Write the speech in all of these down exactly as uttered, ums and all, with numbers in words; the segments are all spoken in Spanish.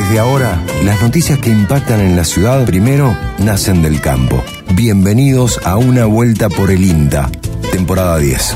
Desde ahora, las noticias que impactan en la ciudad primero nacen del campo. Bienvenidos a Una Vuelta por el INTA, temporada diez.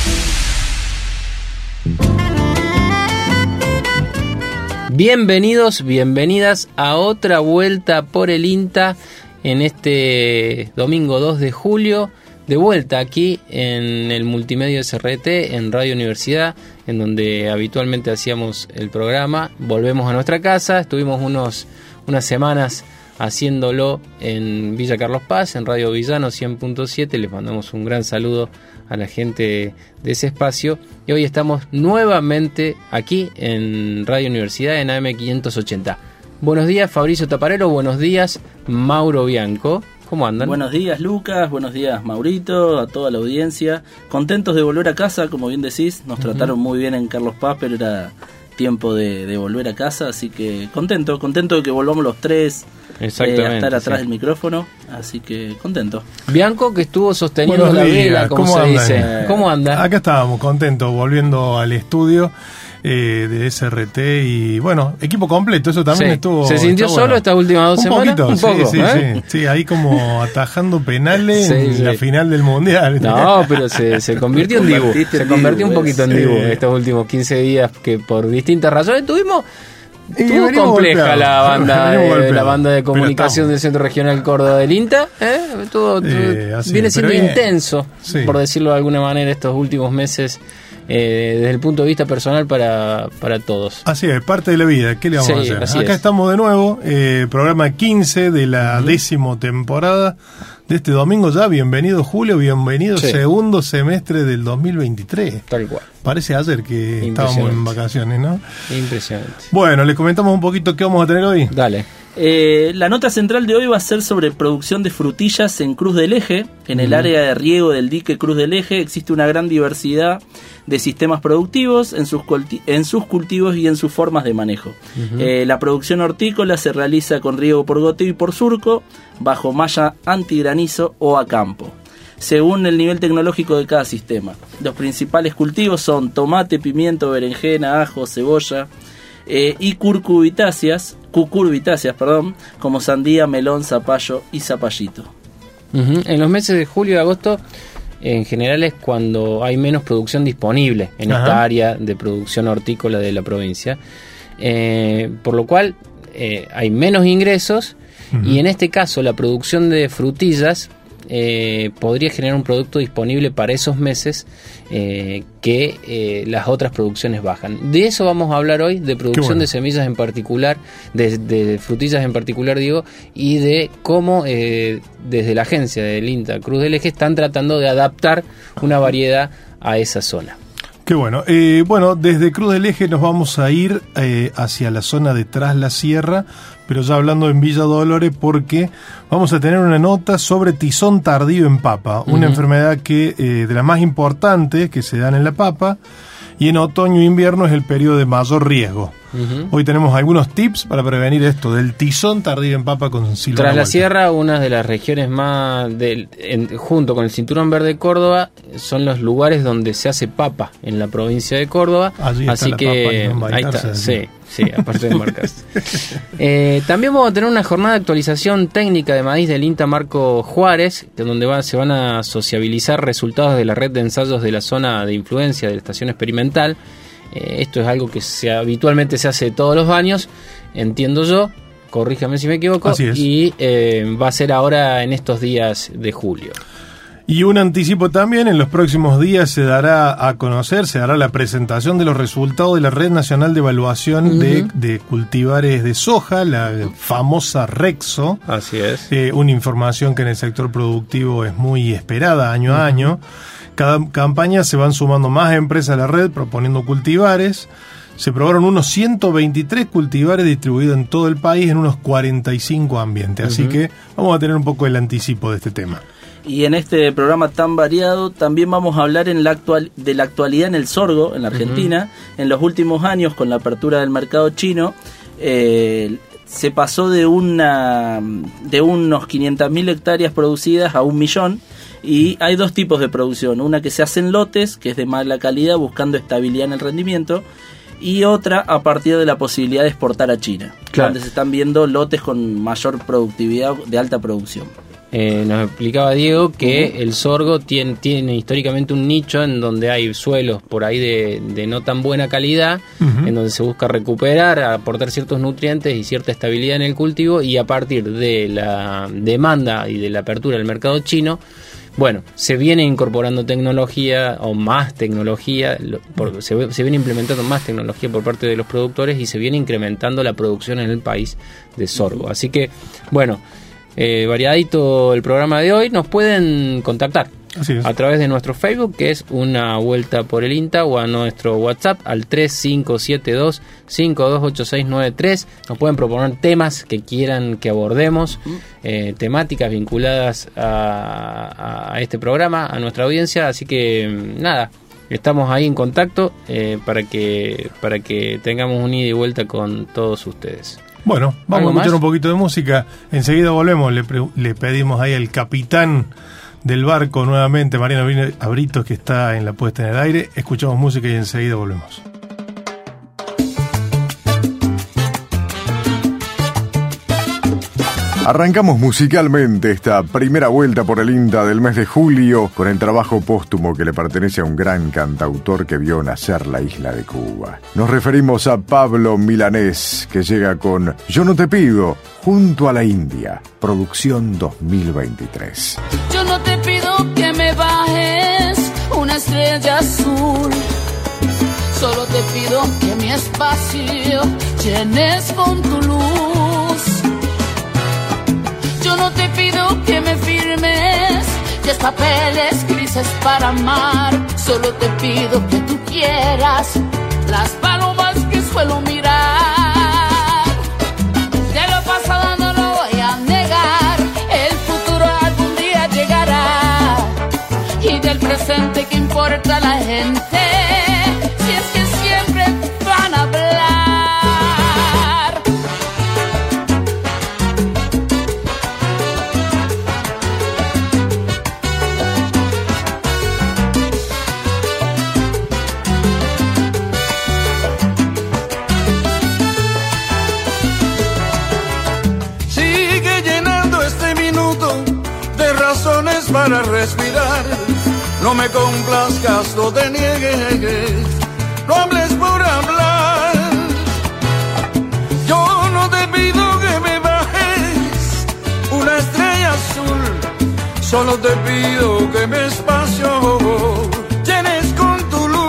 Bienvenidos, bienvenidas a otra vuelta por el INTA en este domingo dos de julio. De vuelta aquí en el Multimedia S R T, en Radio Universidad, en donde habitualmente hacíamos el programa. Volvemos a nuestra casa, estuvimos unos, unas semanas haciéndolo en Villa Carlos Paz, en Radio Villano cien punto siete. Les mandamos un gran saludo a la gente de ese espacio. Y hoy estamos nuevamente aquí en Radio Universidad, en A M quinientos ochenta. Buenos días, Fabricio Taparero. Buenos días, Mauro Bianco. ¿Cómo andan? Buenos días, Lucas. Buenos días, Maurito, a toda la audiencia. Contentos de volver a casa, como bien decís. Nos uh-huh. trataron muy bien en Carlos Paz, pero era tiempo de, de volver a casa. Así que contento, contento de que volvamos los tres Exactamente, eh, a estar atrás sí. del micrófono. Así que contento. Bianco, que estuvo sosteniendo Buenos la días. vela, como ¿Cómo se andan? dice. ¿Cómo anda? Acá estábamos, contentos, volviendo al estudio eh, de S R T y bueno, equipo completo, eso también Sí. estuvo. ¿Se sintió está solo bueno. estas últimas dos un semanas? Poquito, Un poco, sí, sí, ¿eh? sí, sí, ahí como atajando penales Sí, en sí. la final del Mundial. No, pero se, se convirtió en Dibu. Convertiste Se en convirtió Dibu, un poquito en sí. Dibu estos últimos quince días que por distintas razones tuvimos. Y Estuvo venimos compleja golpeados. la banda Venimos de, golpeados. la banda de Pero comunicación estamos. del Centro Regional Córdoba del INTA. ¿eh? Estuvo- Eh, así viene es, siendo pero bien. intenso, Sí. por decirlo de alguna manera, estos últimos meses eh, desde el punto de vista personal para, para todos. Así es, parte de la vida, ¿qué le vamos Sí, a hacer? así Acá es. estamos de nuevo, eh, programa quince de la uh-huh. décimo temporada de este domingo ya. Bienvenido Julio, bienvenido Sí. segundo semestre del dos mil veintitrés. Tal cual. Parece ayer que estábamos en vacaciones, ¿no? Impresionante. Bueno, les comentamos un poquito qué vamos a tener hoy. Dale. Eh, la nota central de hoy va a ser sobre producción de frutillas en Cruz del Eje. En el Mm. área de riego del dique Cruz del Eje existe una gran diversidad de sistemas productivos en sus, culti- en sus cultivos y en sus formas de manejo. Ujú. Eh, la producción hortícola se realiza con riego por goteo y por surco, bajo malla antigranizo o a campo, según el nivel tecnológico de cada sistema. Los principales cultivos son tomate, pimiento, berenjena, ajo, cebolla eh, y curcubitáceas, cucurbitáceas, perdón, como sandía, melón, zapallo y zapallito. Ujú. En los meses de julio y agosto, en general es cuando hay menos producción disponible en Ajá. esta área de producción hortícola de la provincia, eh, por lo cual eh, hay menos ingresos. Uh-huh. Y en este caso la producción de frutillas eh, podría generar un producto disponible para esos meses eh, que eh, las otras producciones bajan. De eso vamos a hablar hoy, de producción bueno. de semillas en particular, de, de frutillas en particular digo, y de cómo eh, desde la agencia del INTA Cruz del Eje están tratando de adaptar una variedad a esa zona. Qué bueno. Eh, bueno, desde Cruz del Eje nos vamos a ir eh, hacia la zona de Tras la Sierra, pero ya hablando en Villa Dolores, porque vamos a tener una nota sobre tizón tardío en papa, una uh-huh. enfermedad que eh, de las más importantes que se dan en la papa, y en otoño e invierno es el periodo de mayor riesgo. Uh-huh. Hoy tenemos algunos tips para prevenir esto del tizón tardío en papa con Silvana Tras la Volta. Sierra, una de las regiones más, del, en, junto con el Cinturón Verde de Córdoba, son los lugares donde se hace papa en la provincia de Córdoba. Allí está así la que papa, ahí está, así. sí, sí, aparte de marcarse. eh, también vamos a tener una jornada de actualización técnica de maíz del INTA Marco Juárez, donde va, se van a sociabilizar resultados de la red de ensayos de la zona de influencia de la estación experimental. Eh, esto es algo que se, habitualmente se hace todos los años, entiendo yo, corríjame si me equivoco, Así es. y eh, va a ser ahora en estos días de julio. Y un anticipo también, en los próximos días se dará a conocer, se dará la presentación de los resultados de la Red Nacional de Evaluación uh-huh. de, de Cultivares de Soja, la famosa REXO. Así es. Eh, una información que en el sector productivo es muy esperada año a uh-huh. año. Cada campaña se van sumando más empresas a la red proponiendo cultivares. Se probaron unos ciento veintitrés cultivares distribuidos en todo el país en unos cuarenta y cinco ambientes. Uh-huh. Así que vamos a tener un poco el anticipo de este tema. Y en este programa tan variado también vamos a hablar en la actual, de la actualidad en el sorgo en la Argentina. Uh-huh. En los últimos años, con la apertura del mercado chino, eh, se pasó de una de unos quinientas mil hectáreas producidas a un millón. Y hay dos tipos de producción, una que se hace en lotes, que es de mala calidad, buscando estabilidad en el rendimiento, y otra a partir de la posibilidad de exportar a China, Claro. donde se están viendo lotes con mayor productividad de alta producción. Eh, nos explicaba Diego que uh-huh. el sorgo tiene, tiene históricamente un nicho en donde hay suelos por ahí de, de no tan buena calidad, uh-huh. en donde se busca recuperar, aportar ciertos nutrientes y cierta estabilidad en el cultivo, y a partir de la demanda y de la apertura del mercado chino, bueno, se viene incorporando tecnología o más tecnología, por, se, se viene implementando más tecnología por parte de los productores y se viene incrementando la producción en el país de sorgo. Así que, bueno, eh, variadito el programa de hoy. Nos pueden contactar Así es. a través de nuestro Facebook, que es Una Vuelta por el INTA, o a nuestro WhatsApp al tres cinco siete dos, cinco dos ocho seis nueve tres. Nos pueden proponer temas que quieran que abordemos, eh, temáticas vinculadas a, a este programa, a nuestra audiencia. Así que nada, estamos ahí en contacto eh, para que para que tengamos un ida y vuelta con todos ustedes. Bueno, vamos a escuchar más? un poquito de música. Enseguida volvemos. Le, pre- le pedimos ahí al capitán del barco nuevamente, Mariano Abritos, que está en la puesta en el aire. Escuchamos música y enseguida volvemos. Arrancamos musicalmente esta primera vuelta por el INTA del mes de julio con el trabajo póstumo que le pertenece a un gran cantautor que vio nacer la isla de Cuba. Nos referimos a Pablo Milanés, que llega con Yo no te pido, junto a la India, producción dos mil veintitrés. Yo no te pido que me bajes una estrella azul, solo te pido que mi espacio llenes con tu luz. Yo no te pido que me firmes diez papeles grises para amar, solo te pido que tú quieras las palomas que suelo mirar. De lo pasado no lo voy a negar, el futuro algún día llegará, y del presente que importa la gente, si es que siempre van a hablar. Para respirar, no me complazcas, no te niegues, no hables por hablar. Yo no te pido que me bajes una estrella azul, solo te pido que mi espacio llenes con tu luz.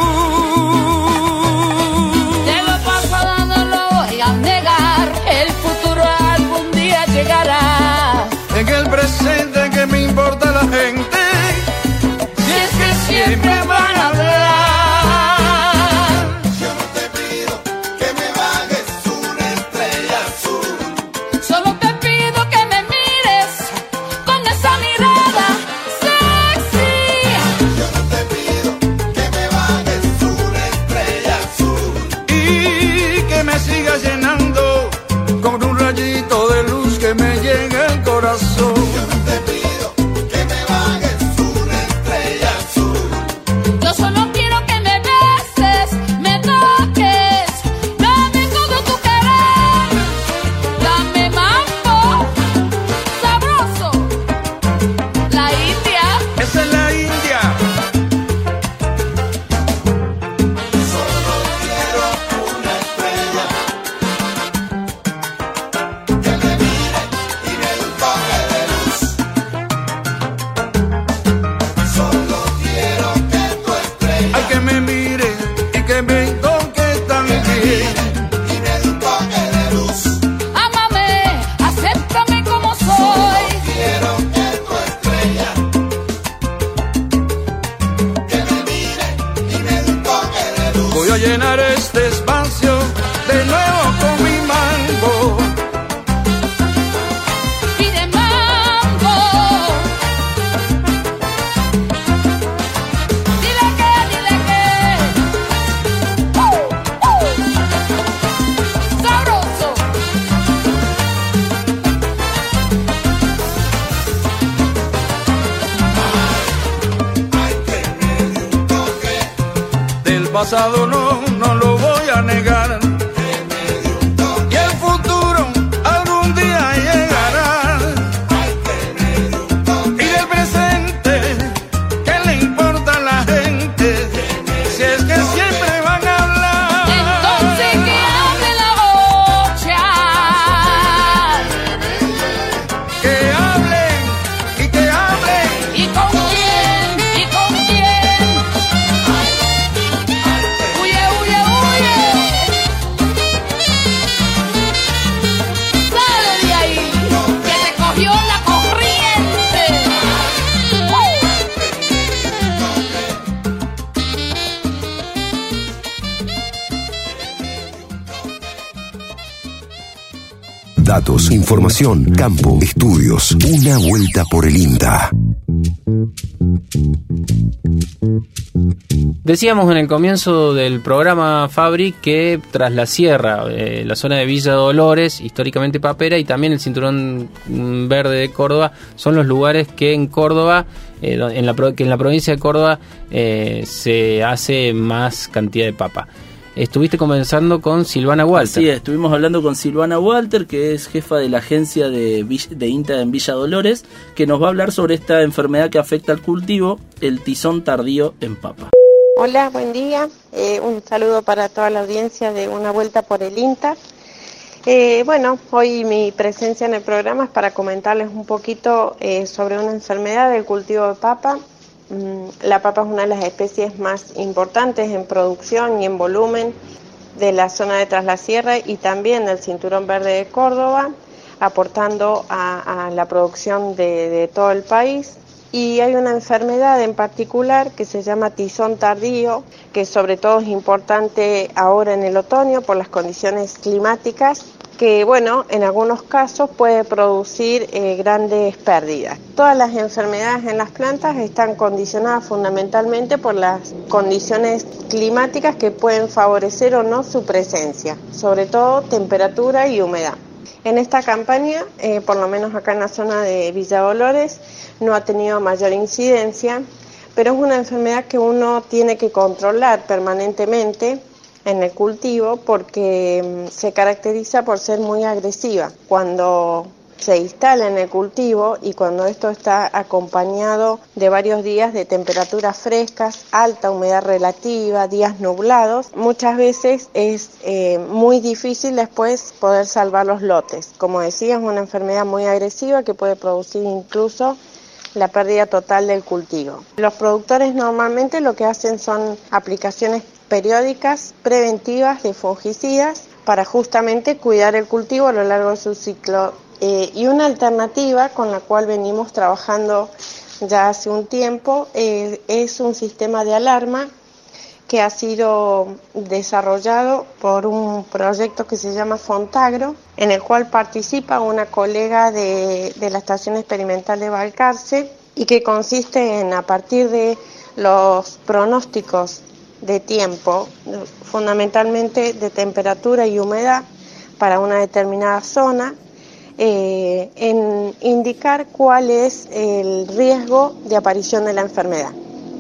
De lo pasado no lo voy a negar, el futuro algún día llegará. En el presente que me importa la gente, si es que siempre van a hablar. Yo no te pido que me bajes una estrella azul, solo te pido que me mires con esa mirada sexy. yo no te pido que me bajes una estrella azul, Y que me sigas llenando con un rayito de luz que me llega al corazón. yo no te pido que me bajes una estrella azul, Yo solo quiero que me beses, me toques, dame todo tu querer, dame mambo, sabroso, la India. Esa es la India. solo quiero una estrella que me mire y me dé un toque de luz. Solo quiero que tu estrella Ay, que me mire y que me toque también. y me dé un toque de luz. Ámame, acéptame como soy. Quiero que tu estrella que me mire y me dé un toque de luz. Voy a llenar este espacio de nuevo con mi mambo. Pide mambo. Dile que, dile que. Uh, uh. Sabroso. Ay, que me dé un toque Del pasado no, no lo voy a negar. Datos, información, campo, estudios. Una vuelta por el INTA. Decíamos en el comienzo del programa, Fabri, que tras la sierra, eh, la zona de Villa Dolores, históricamente papera, y también el Cinturón Verde de Córdoba, son los lugares que en Córdoba, eh, en la, que en la provincia de Córdoba eh, se hace más cantidad de papa. Estuviste conversando con Silvana Walter. Sí, estuvimos hablando con Silvana Walter, que es jefa de la agencia de, de INTA en Villa Dolores, que nos va a hablar sobre esta enfermedad que afecta al cultivo, el tizón tardío en papa. Hola, buen día. Eh, un saludo para toda la audiencia de Una Vuelta por el INTA. Eh, bueno, hoy mi presencia en el programa es para comentarles un poquito eh, sobre una enfermedad del cultivo de papa. La papa es una de las especies más importantes en producción y en volumen de la zona de Tras la Sierra y también del Cinturón Verde de Córdoba, aportando a, a la producción de, de todo el país. Y hay una enfermedad en particular que se llama tizón tardío, que sobre todo es importante ahora en el otoño por las condiciones climáticas, que bueno, en algunos casos puede producir eh, grandes pérdidas. Todas las enfermedades en las plantas están condicionadas fundamentalmente por las condiciones climáticas que pueden favorecer o no su presencia, sobre todo temperatura y humedad. En esta campaña, eh, por lo menos acá en la zona de Villa Dolores, no ha tenido mayor incidencia, pero es una enfermedad que uno tiene que controlar permanentemente en el cultivo porque se caracteriza por ser muy agresiva. Cuando se instala en el cultivo y cuando esto está acompañado de varios días de temperaturas frescas, alta humedad relativa, días nublados, muchas veces es eh, muy difícil después poder salvar los lotes. Como decía, es una enfermedad muy agresiva que puede producir incluso la pérdida total del cultivo. Los productores normalmente lo que hacen son aplicaciones periódicas preventivas de fungicidas para justamente cuidar el cultivo a lo largo de su ciclo. Eh, y una alternativa con la cual venimos trabajando ya hace un tiempo eh, es un sistema de alarma que ha sido desarrollado por un proyecto que se llama Fontagro, en el cual participa una colega de, de la Estación Experimental de Balcarce y que consiste en, a partir de los pronósticos de tiempo, fundamentalmente de temperatura y humedad para una determinada zona, eh, en indicar cuál es el riesgo de aparición de la enfermedad.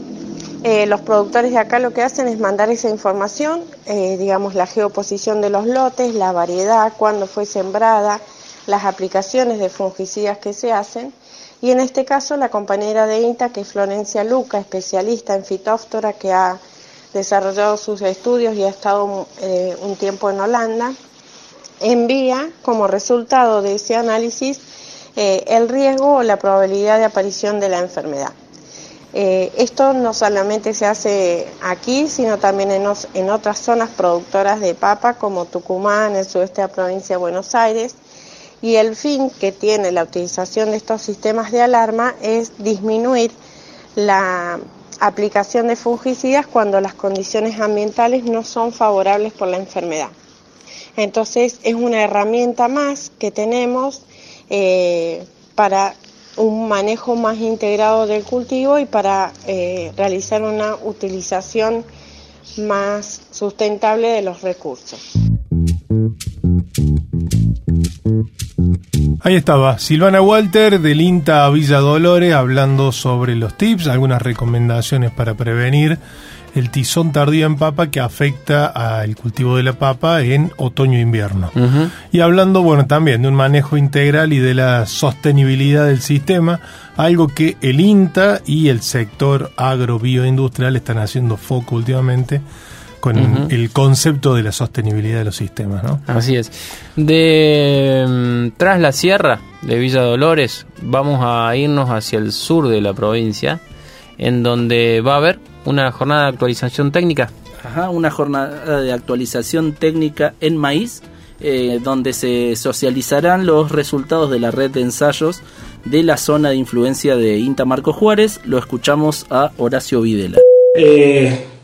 Eh, los productores de acá lo que hacen es mandar esa información, eh, digamos la geoposición de los lotes, la variedad, cuándo fue sembrada, las aplicaciones de fungicidas que se hacen, y en este caso la compañera de INTA, que es Florencia Luca, especialista en fitóftora, que ha desarrollado sus estudios y ha estado eh, un tiempo en Holanda, envía como resultado de ese análisis eh, el riesgo o la probabilidad de aparición de la enfermedad. Eh, esto no solamente se hace aquí, sino también en, os, en otras zonas productoras de papa como Tucumán, el sudeste de la provincia de Buenos Aires, y el fin que tiene la utilización de estos sistemas de alarma es disminuir la aplicación de fungicidas cuando las condiciones ambientales no son favorables por la enfermedad. Entonces es una herramienta más que tenemos eh, para un manejo más integrado del cultivo y para eh, realizar una utilización más sustentable de los recursos. Ahí estaba Silvana Walter del INTA Villa Dolores hablando sobre los tips, algunas recomendaciones para prevenir el tizón tardío en papa que afecta al cultivo de la papa en otoño e invierno. Uh-huh. Y hablando, bueno, también de un manejo integral y de la sostenibilidad del sistema, algo que el INTA y el sector agrobioindustrial están haciendo foco últimamente con uh-huh. el concepto de la sostenibilidad de los sistemas, ¿no? Así es. De um, tras la sierra de Villa Dolores vamos a irnos hacia el sur de la provincia, en donde va a haber una jornada de actualización técnica. Ajá, una jornada de actualización técnica en maíz, eh, donde se socializarán los resultados de la red de ensayos de la zona de influencia de INTA Marcos Juárez. Lo escuchamos a Horacio Videla. Eh,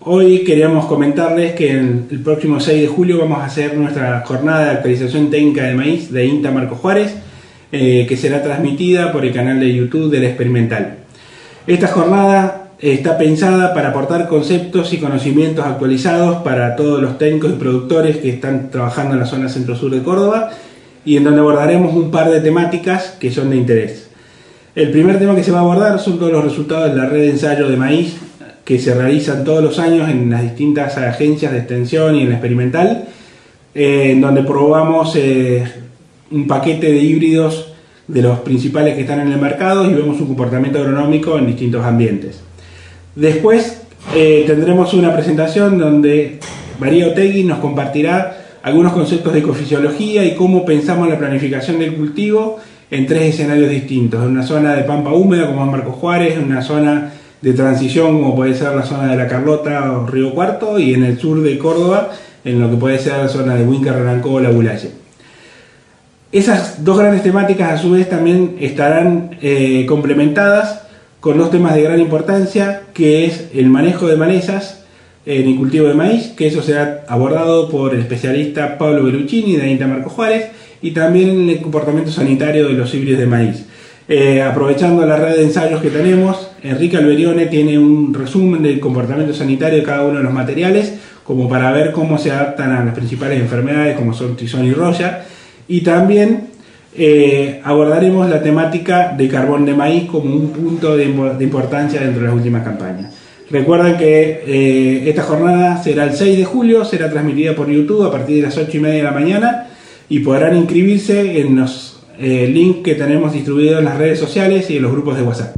hoy queríamos comentarles que el, el próximo seis de julio vamos a hacer nuestra jornada de actualización técnica de maíz de INTA Marcos Juárez, eh, que será transmitida por el canal de YouTube del Experimental. Esta jornada está pensada para aportar conceptos y conocimientos actualizados para todos los técnicos y productores que están trabajando en la zona centro-sur de Córdoba, y en donde abordaremos un par de temáticas que son de interés. El primer tema que se va a abordar son todos los resultados de la red de ensayo de maíz que se realizan todos los años en las distintas agencias de extensión y en la experimental, eh, en donde probamos eh, un paquete de híbridos de los principales que están en el mercado y vemos su comportamiento agronómico en distintos ambientes. Después eh, tendremos una presentación donde María Otegui nos compartirá algunos conceptos de ecofisiología y cómo pensamos la planificación del cultivo en tres escenarios distintos: en una zona de pampa húmeda como es Marcos Juárez, en una zona de transición como puede ser la zona de La Carlota o Río Cuarto, y en el sur de Córdoba en lo que puede ser la zona de Huinca, Renancó o La Bulaye. Esas dos grandes temáticas a su vez también estarán eh, complementadas con dos temas de gran importancia, que es el manejo de malezas en el cultivo de maíz, que eso será abordado por el especialista Pablo Belluccini de INTA Marcos Juárez, y también el comportamiento sanitario de los híbridos de maíz. Eh, aprovechando la red de ensayos que tenemos, Enrique Alberione tiene un resumen del comportamiento sanitario de cada uno de los materiales, como para ver cómo se adaptan a las principales enfermedades como son tizón y roya, y también eh, abordaremos la temática de carbón de maíz como un punto de, de importancia dentro de las últimas campañas. Recuerden que eh, esta jornada será el seis de julio, será transmitida por YouTube a partir de las ocho y media de la mañana, y podrán inscribirse en los eh, links que tenemos distribuidos en las redes sociales y en los grupos de WhatsApp.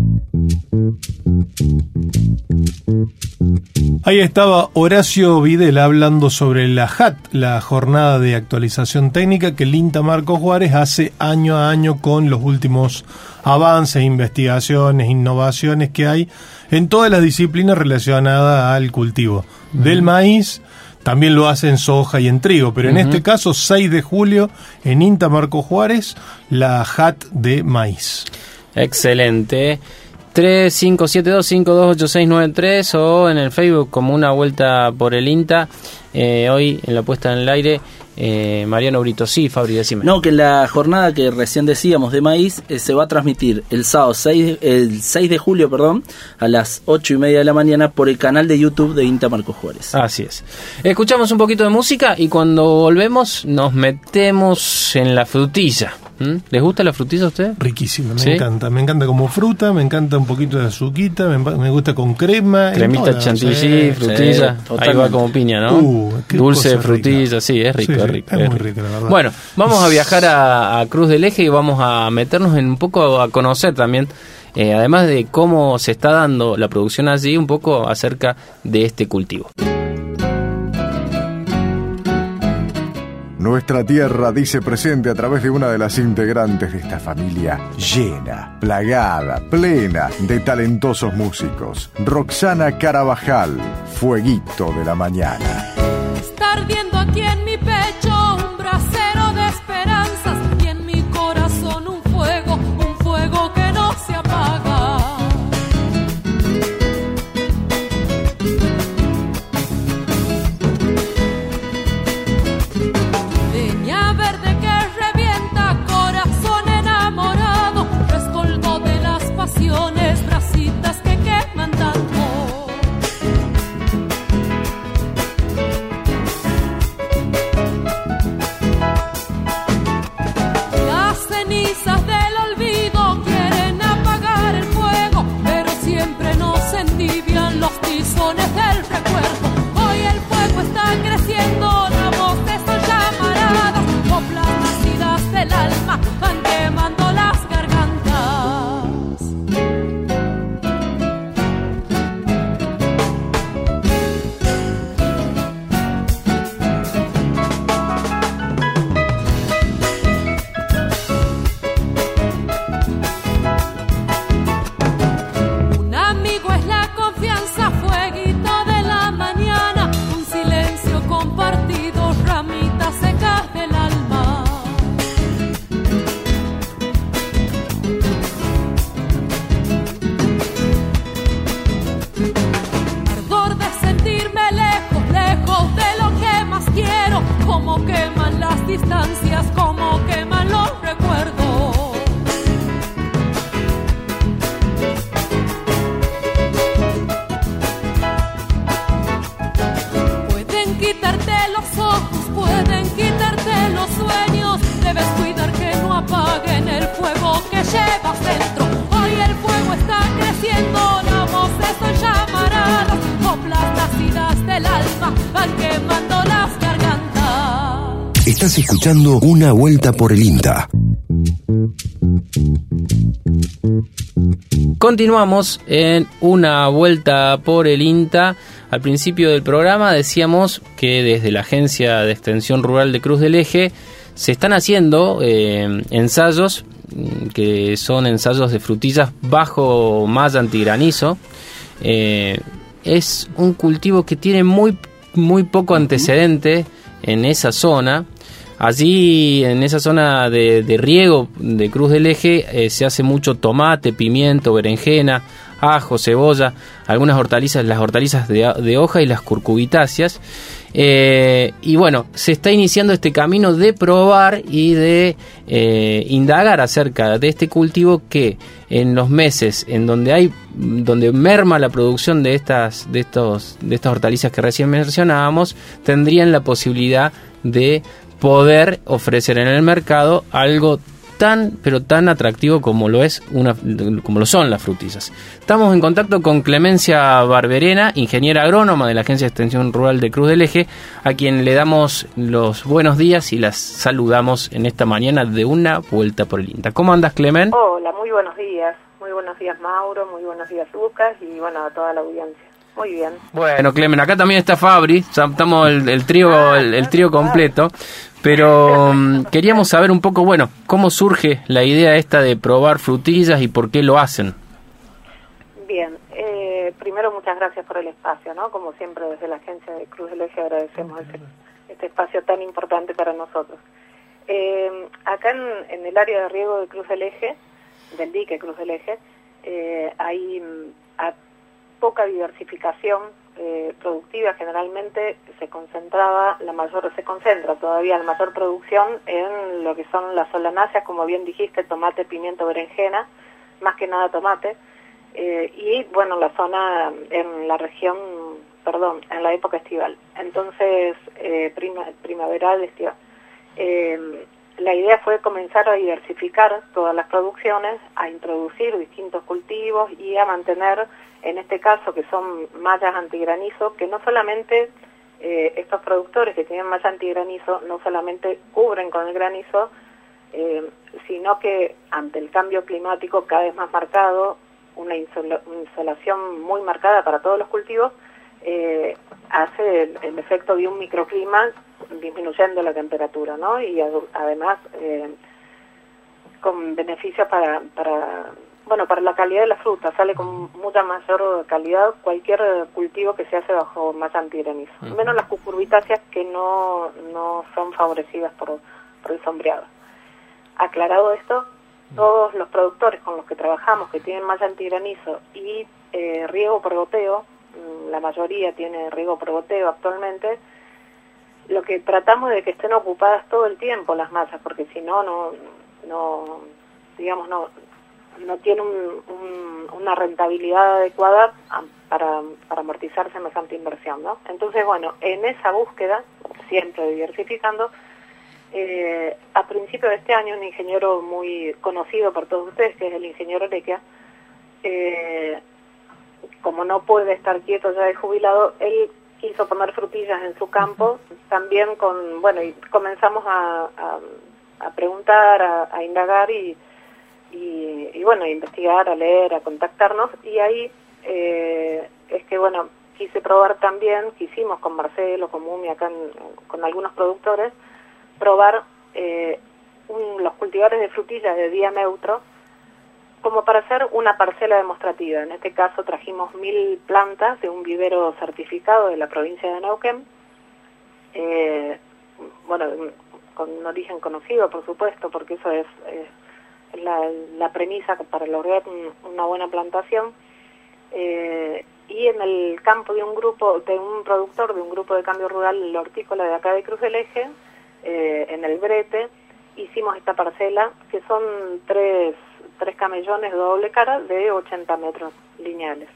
Ahí estaba Horacio Videla hablando sobre la H A T, la jornada de actualización técnica que el INTA Marcos Juárez hace año a año con los últimos avances, investigaciones, innovaciones que hay en todas las disciplinas relacionadas al cultivo uh-huh. del maíz. También lo hace en soja y en trigo, pero uh-huh. en este caso, seis de julio, en INTA Marcos Juárez, la H A T de maíz. Excelente. tres cinco siete dos cinco dos ocho seis nueve tres o en el Facebook como Una Vuelta por el INTA. Eh, hoy en la puesta en el aire, eh, Mariano Brito. Sí, Fabri, decime. No, que la jornada que recién decíamos de maíz eh, se va a transmitir el sábado seis, el seis de julio, perdón, a las ocho y media de la mañana por el canal de YouTube de INTA Marcos Juárez. Así es. Escuchamos un poquito de música y cuando volvemos nos metemos en la frutilla. ¿Mm? ¿Les gusta la frutilla a usted? Riquísima, me ¿Sí? encanta. Me encanta como fruta, me encanta un poquito de azuquita, me, me gusta con crema. Cremita chantilly, sí, frutilla. Sí, ahí va como piña, ¿no? Uh, Dulce de frutilla, rica. Sí, es rico, sí, es rico. Es, es muy rico. rico, la verdad. Bueno, vamos a viajar a, a Cruz del Eje y vamos a meternos en un poco a conocer también, eh, además de cómo se está dando la producción allí, un poco acerca de este cultivo. Nuestra tierra dice presente a través de una de las integrantes de esta familia llena, plagada, plena de talentosos músicos. Roxana Carabajal, Fueguito de la Mañana. Está ardiendo aquí en mi pecho un brasero de esperanzas y en mi corazón un fuego, un fuego que no se apaga. Leña verde que revienta, corazón enamorado, rescoldo de las pasiones, brasitas que queman tanto. llevas dentro. Hoy el fuego está creciendo, la voz de sol llamará, las coplas nacidas del alma van quemando las gargantas. Estás escuchando Una Vuelta por el INTA. Continuamos en Una Vuelta por el INTA. Al principio del programa decíamos que desde la Agencia de Extensión Rural de Cruz del Eje se están haciendo eh, ensayos, que son ensayos de frutillas bajo malla antigranizo. Eh, es un cultivo que tiene muy, muy poco antecedente en esa zona. Allí, en esa zona de, de riego de Cruz del Eje, eh, se hace mucho tomate, pimiento, berenjena, ajo, cebolla, algunas hortalizas, las hortalizas de, de hoja y las curcubitáceas. Eh, y bueno, se está iniciando este camino de probar y de eh, indagar acerca de este cultivo que en los meses en donde hay donde merma la producción de estas de estos de estas hortalizas que recién mencionábamos, tendrían la posibilidad de poder ofrecer en el mercado algo tan pero tan atractivo como lo es una como lo son las frutillas. Estamos en contacto con Clemencia Barberena, ingeniera agrónoma de la Agencia de Extensión Rural de Cruz del Eje, a quien le damos los buenos días y las saludamos en esta mañana de Una Vuelta por el INTA. ¿Cómo andas, Clemen? Hola, muy buenos días. Muy buenos días, Mauro, muy buenos días, Lucas, y bueno, a toda la audiencia. Muy bien. Bueno, Clemen, acá también está Fabri, ya estamos el, el trío el, el trío completo, pero um, queríamos saber un poco, bueno, cómo surge la idea esta de probar frutillas y por qué lo hacen. Bien, eh, primero muchas gracias por el espacio, ¿no? Como siempre desde la Agencia de Cruz del Eje agradecemos este, este espacio tan importante para nosotros. Eh, acá en, en el área de riego de Cruz del Eje, del dique Cruz del Eje, eh, hay a, poca diversificación eh, productiva. Generalmente se concentraba la mayor se concentra todavía la mayor producción en lo que son las solanáceas, como bien dijiste, tomate, pimiento, berenjena, más que nada tomate, eh, y bueno, la zona en la región, perdón, en la época estival. Entonces, eh, prima, primaveral, estival. Eh, La idea fue comenzar a diversificar todas las producciones, a introducir distintos cultivos y a mantener, en este caso, que son mallas antigranizo, que no solamente eh, estos productores que tienen malla antigranizo no solamente cubren con el granizo, eh, sino que ante el cambio climático cada vez más marcado, una insola, insolación muy marcada para todos los cultivos, eh, hace el, el efecto de un microclima disminuyendo la temperatura, ¿no? Y ad, además eh, con beneficios para, para, bueno, para la calidad de la fruta. Sale con mucha mayor calidad cualquier cultivo que se hace bajo malla antigranizo, uh-huh. menos las cucurbitáceas, que no, no son favorecidas por, por el sombreado. Aclarado esto, todos los productores con los que trabajamos que tienen malla antigranizo y eh, riego por goteo, la mayoría tiene riego por goteo actualmente, lo que tratamos de que estén ocupadas todo el tiempo las masas, porque si no, no, no, digamos, no, no tiene un, un, una rentabilidad adecuada para, para amortizar semejante inversión, ¿no? Entonces, bueno, en esa búsqueda, siempre diversificando, eh, a principio de este año, un ingeniero muy conocido por todos ustedes, que es el ingeniero Orequia, eh, como no puede estar quieto ya de jubilado, él quiso poner frutillas en su campo, también con, bueno, y comenzamos a, a, a preguntar, a, a indagar y, y, y, bueno, a investigar, a leer, a contactarnos, y ahí eh, es que, bueno, quise probar también, quisimos con Marcelo, con Mumi, acá en, con algunos productores, probar eh, un, los cultivares de frutillas de día neutro, como para hacer una parcela demostrativa. En este caso trajimos mil plantas de un vivero certificado de la provincia de Neuquén, eh, bueno, con un origen conocido, por supuesto, porque eso es, es la, la premisa para lograr un, una buena plantación, eh, y en el campo de un grupo, de un productor de un grupo de cambio rural hortícola de acá de Cruz del Eje, eh, en el Brete, hicimos esta parcela, que son tres tres camellones de doble cara de ochenta metros lineales.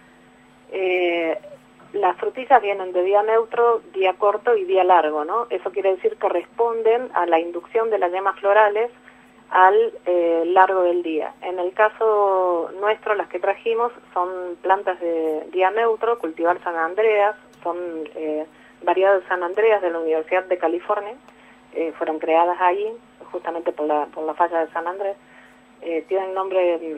Eh, las frutillas vienen de día neutro, día corto y día largo, ¿no? Eso quiere decir que responden a la inducción de las yemas florales al eh, largo del día. En el caso nuestro, las que trajimos son plantas de día neutro, cultivar San Andreas, son eh, variedades San Andreas de la Universidad de California, eh, fueron creadas ahí justamente por la, por la falla de San Andrés, eh, tienen nombre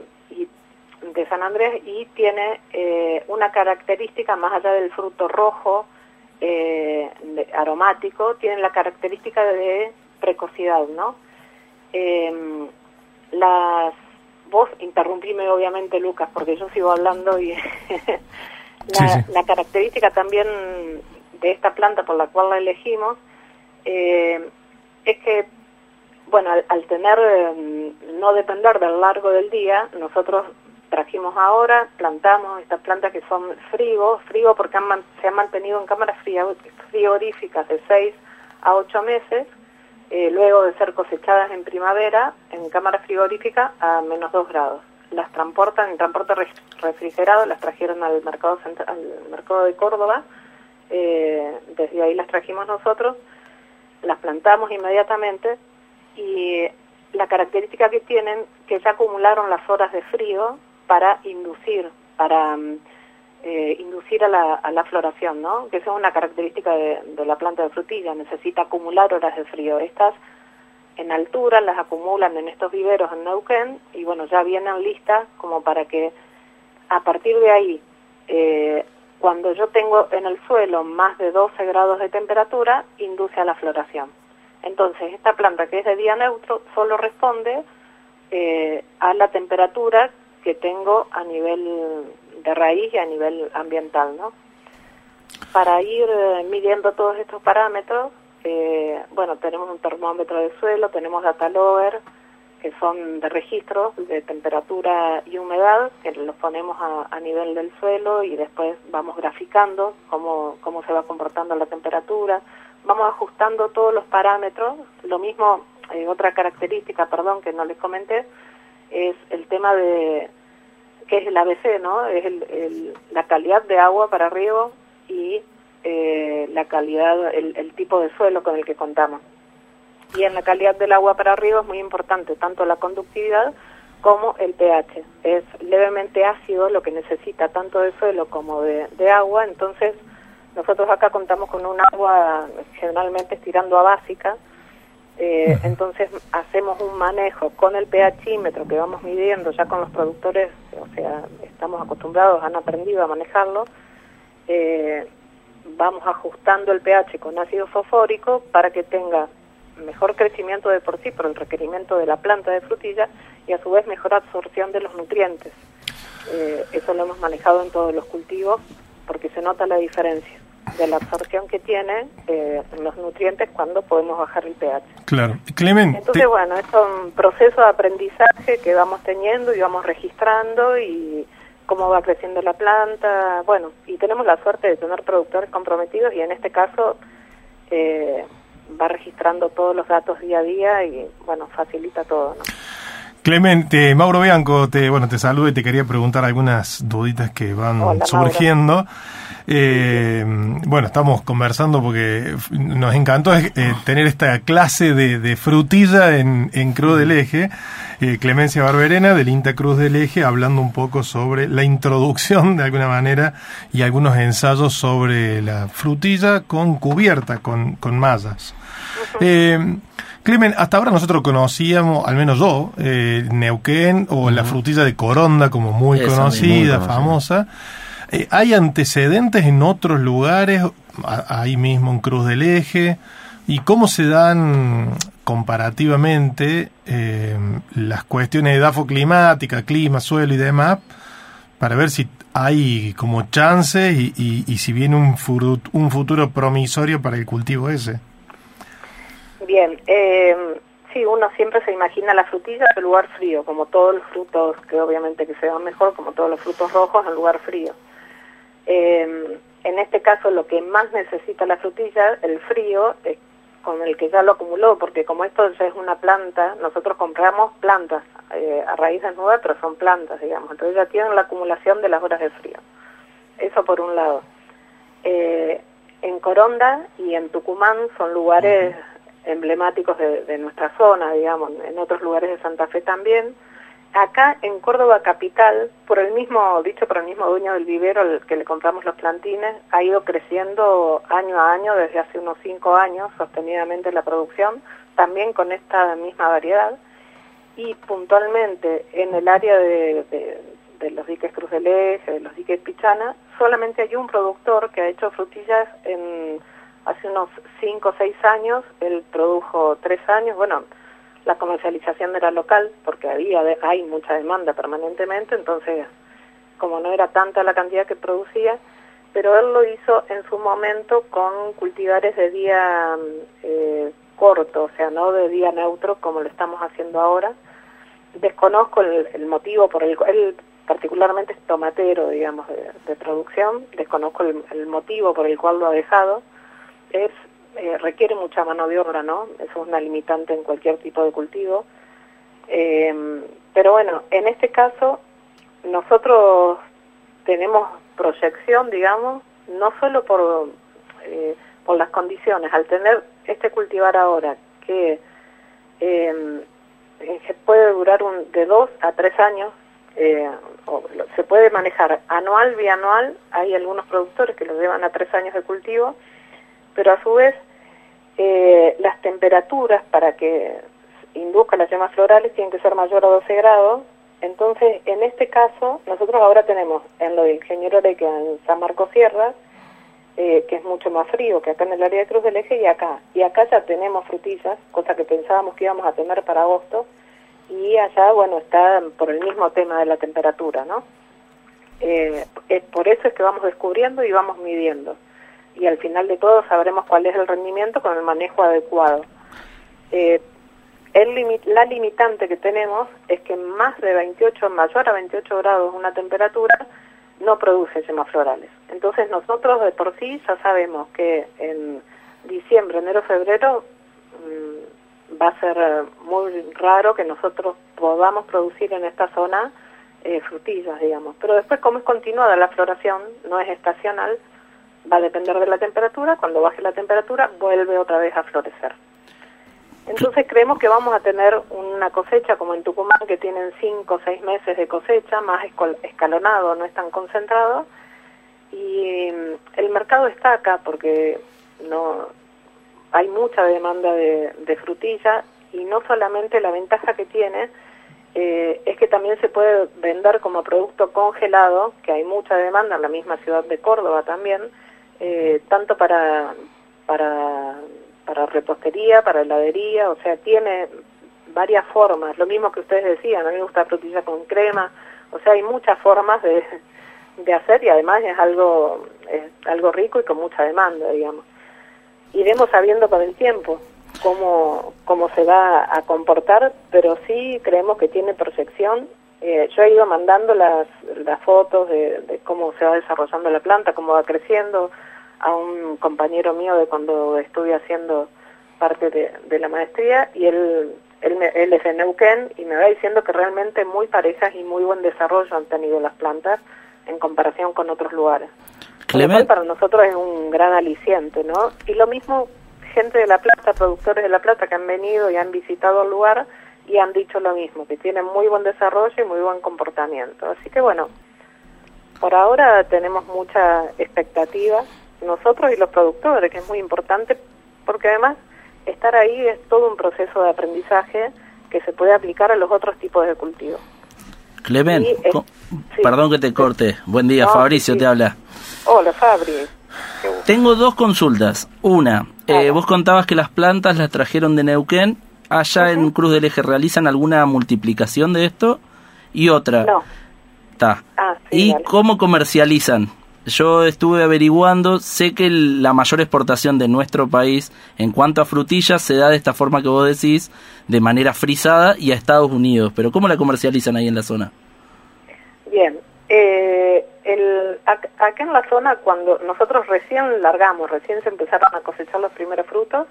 de San Andrés y tiene eh, una característica más allá del fruto rojo eh, de, aromático, tiene la característica de precocidad, ¿no? Eh, las vos interrumpime obviamente, Lucas, porque yo sigo hablando y la, sí, sí. la característica también de esta planta por la cual la elegimos eh, es que, bueno, al, al tener eh, no depender del largo del día, nosotros trajimos ahora, plantamos estas plantas que son frigo, frigo porque han, se han mantenido en cámaras frigoríficas de seis a ocho meses. Eh, luego de ser cosechadas en primavera en cámara frigorífica a menos dos grados. Las transportan en transporte re refrigerado, las trajeron al mercado central, al mercado de Córdoba, eh, desde ahí las trajimos nosotros, las plantamos inmediatamente y la característica que tienen que ya acumularon las horas de frío para inducir, para eh, inducir a la, a la floración, ¿no? Que esa es una característica de, de la planta de frutilla, necesita acumular horas de frío. Estas en altura las acumulan en estos viveros en Neuquén y bueno, ya vienen listas como para que a partir de ahí, eh, cuando yo tengo en el suelo más de doce grados de temperatura, induce a la floración. Entonces esta planta que es de día neutro solo responde eh, a la temperatura que tengo a nivel de raíz y a nivel ambiental, ¿no? Para ir eh, midiendo todos estos parámetros, eh, bueno, tenemos un termómetro de suelo, tenemos data logger, que son de registros de temperatura y humedad, que los ponemos a, a nivel del suelo y después vamos graficando cómo, cómo se va comportando la temperatura, vamos ajustando todos los parámetros. Lo mismo, eh, otra característica, perdón, que no les comenté, es el tema de que es el A B C, ¿no? Es el, el, la calidad de agua para riego y eh, la calidad, el, el tipo de suelo con el que contamos. Y en la calidad del agua para riego es muy importante tanto la conductividad como el pH. Es levemente ácido lo que necesita tanto de suelo como de, de agua, entonces nosotros acá contamos con un agua generalmente tirando a básica. Eh, entonces hacemos un manejo con el pHímetro que vamos midiendo ya con los productores, o sea, estamos acostumbrados, han aprendido a manejarlo, eh, vamos ajustando el pH con ácido fosfórico para que tenga mejor crecimiento de por sí por el requerimiento de la planta de frutilla y a su vez mejor absorción de los nutrientes. Eh, eso lo hemos manejado en todos los cultivos porque se nota la diferencia de la absorción que tiene eh, los nutrientes cuando podemos bajar el pH. Claro. Clemente. Entonces, bueno, es un proceso de aprendizaje que vamos teniendo y vamos registrando y cómo va creciendo la planta. Bueno, y tenemos la suerte de tener productores comprometidos y en este caso eh, va registrando todos los datos día a día y, bueno, facilita todo, ¿no? Clemente, Mauro Bianco, te, bueno, te saludo y te quería preguntar algunas duditas que van Hola, surgiendo. Mauro. Eh, bueno, estamos conversando porque nos encantó eh, tener esta clase de, de frutilla en, en Cruz del Eje. Eh, Clemencia Barberena del INTA Cruz del Eje hablando un poco sobre la introducción de alguna manera y algunos ensayos sobre la frutilla con cubierta, con, con mallas. Eh, Clemen, hasta ahora nosotros conocíamos, al menos yo, eh, Neuquén o uh-huh. la frutilla de Coronda como muy Esa conocida, muy famosa. Eh, ¿Hay antecedentes en otros lugares, ahí mismo en Cruz del Eje? ¿Y cómo se dan comparativamente eh, las cuestiones de edafoclimática, clima, suelo y demás, para ver si hay como chances y, y, y si viene un, furu- un futuro promisorio para el cultivo ese? Bien, eh, sí, uno siempre se imagina la frutilla en lugar frío, como todos los frutos que obviamente que se dan mejor, como todos los frutos rojos en lugar frío. Eh, en este caso lo que más necesita la frutilla, el frío, es con el que ya lo acumuló, porque como esto ya es una planta, nosotros compramos plantas eh, a raíz desnuda, pero son plantas, digamos, entonces ya tienen la acumulación de las horas de frío. Eso por un lado. Eh, en Coronda y en Tucumán son lugares emblemáticos de, de nuestra zona, digamos, en otros lugares de Santa Fe también. Acá en Córdoba capital, por el mismo, dicho por el mismo dueño del vivero al que le compramos los plantines, ha ido creciendo año a año desde hace unos cinco años sostenidamente la producción, también con esta misma variedad. Y puntualmente en el área de, de, de los diques Cruz del Eje, de los diques Pichana, solamente hay un productor que ha hecho frutillas en hace unos cinco o seis años. Él produjo tres años, bueno, la comercialización era local porque había hay mucha demanda permanentemente, entonces como no era tanta la cantidad que producía, pero él lo hizo en su momento con cultivares de día eh, corto, o sea, no de día neutro como lo estamos haciendo ahora. Desconozco el, el motivo por el cual, él particularmente es tomatero, digamos, de, de producción, desconozco el, el motivo por el cual lo ha dejado. Es Eh, requiere mucha mano de obra, ¿no? Eso es una limitante en cualquier tipo de cultivo. Eh, pero bueno, en este caso nosotros tenemos proyección, digamos, no solo por, eh, por las condiciones. Al tener este cultivar ahora que eh, se puede durar un, de dos a tres años, eh, o se puede manejar anual, bianual, hay algunos productores que lo llevan a tres años de cultivo, pero a su vez eh, las temperaturas para que induzca las yemas florales tienen que ser mayor a doce grados. Entonces, en este caso, nosotros ahora tenemos en lo de Ingeniero Arequia, en San Marcos Sierra, eh, que es mucho más frío que acá en el área de Cruz del Eje, y acá. Y acá ya tenemos frutillas, cosa que pensábamos que íbamos a tener para agosto, y allá, bueno, está por el mismo tema de la temperatura, ¿no? Eh, es por eso es que vamos descubriendo y vamos midiendo. Y al final de todo sabremos cuál es el rendimiento con el manejo adecuado. Eh, el limi la limitante que tenemos es que más de veintiocho, mayor a veintiocho grados una temperatura no produce yemas florales. Entonces nosotros de por sí ya sabemos que en diciembre, enero, febrero mmm, va a ser muy raro que nosotros podamos producir en esta zona eh, frutillas, digamos. Pero después, como es continuada la floración, no es estacional, va a depender de la temperatura. Cuando baje la temperatura vuelve otra vez a florecer. Entonces creemos que vamos a tener una cosecha como en Tucumán, que tienen cinco o seis meses de cosecha, más escalonado, no es tan concentrado, y el mercado está acá porque no hay mucha demanda de, de frutilla, y no solamente la ventaja que tiene eh, es que también se puede vender como producto congelado, que hay mucha demanda en la misma ciudad de Córdoba también, eh, tanto para para para repostería, para heladería, o sea, tiene varias formas, lo mismo que ustedes decían, a mí me gusta frutilla con crema, o sea, hay muchas formas de, de hacer, y además es algo, es algo rico y con mucha demanda, digamos. Iremos sabiendo con el tiempo cómo, cómo se va a comportar, pero sí creemos que tiene proyección. Eh, yo he ido mandando las, las fotos de, de cómo se va desarrollando la planta, cómo va creciendo, a un compañero mío de cuando estuve haciendo parte de, de la maestría, y él, él, me, él es de Neuquén, y me va diciendo que realmente muy parejas y muy buen desarrollo han tenido las plantas en comparación con otros lugares. Clement, para nosotros es un gran aliciente, ¿no? Y lo mismo gente de La Plata, productores de La Plata que han venido y han visitado el lugar y han dicho lo mismo, que tienen muy buen desarrollo y muy buen comportamiento. Así que bueno, por ahora tenemos mucha expectativa, nosotros y los productores, que es muy importante, porque además estar ahí es todo un proceso de aprendizaje que se puede aplicar a los otros tipos de cultivos. Clement, es, sí. Perdón que te corte. Buen día, no, Fabricio sí. Te habla. Hola, Fabri. Tengo dos consultas. Una, eh, vos contabas que las plantas las trajeron de Neuquén. Allá uh-huh. en Cruz del Eje, ¿realizan alguna multiplicación de esto? Y otra, no. Ta. Ah, sí, ¿Y vale. cómo comercializan? Yo estuve averiguando, sé que el, la mayor exportación de nuestro país en cuanto a frutillas se da de esta forma que vos decís, de manera frisada y a Estados Unidos, pero ¿cómo la comercializan ahí en la zona? Bien, eh, el, acá en la zona, cuando nosotros recién largamos, recién se empezaron a cosechar los primeros frutos,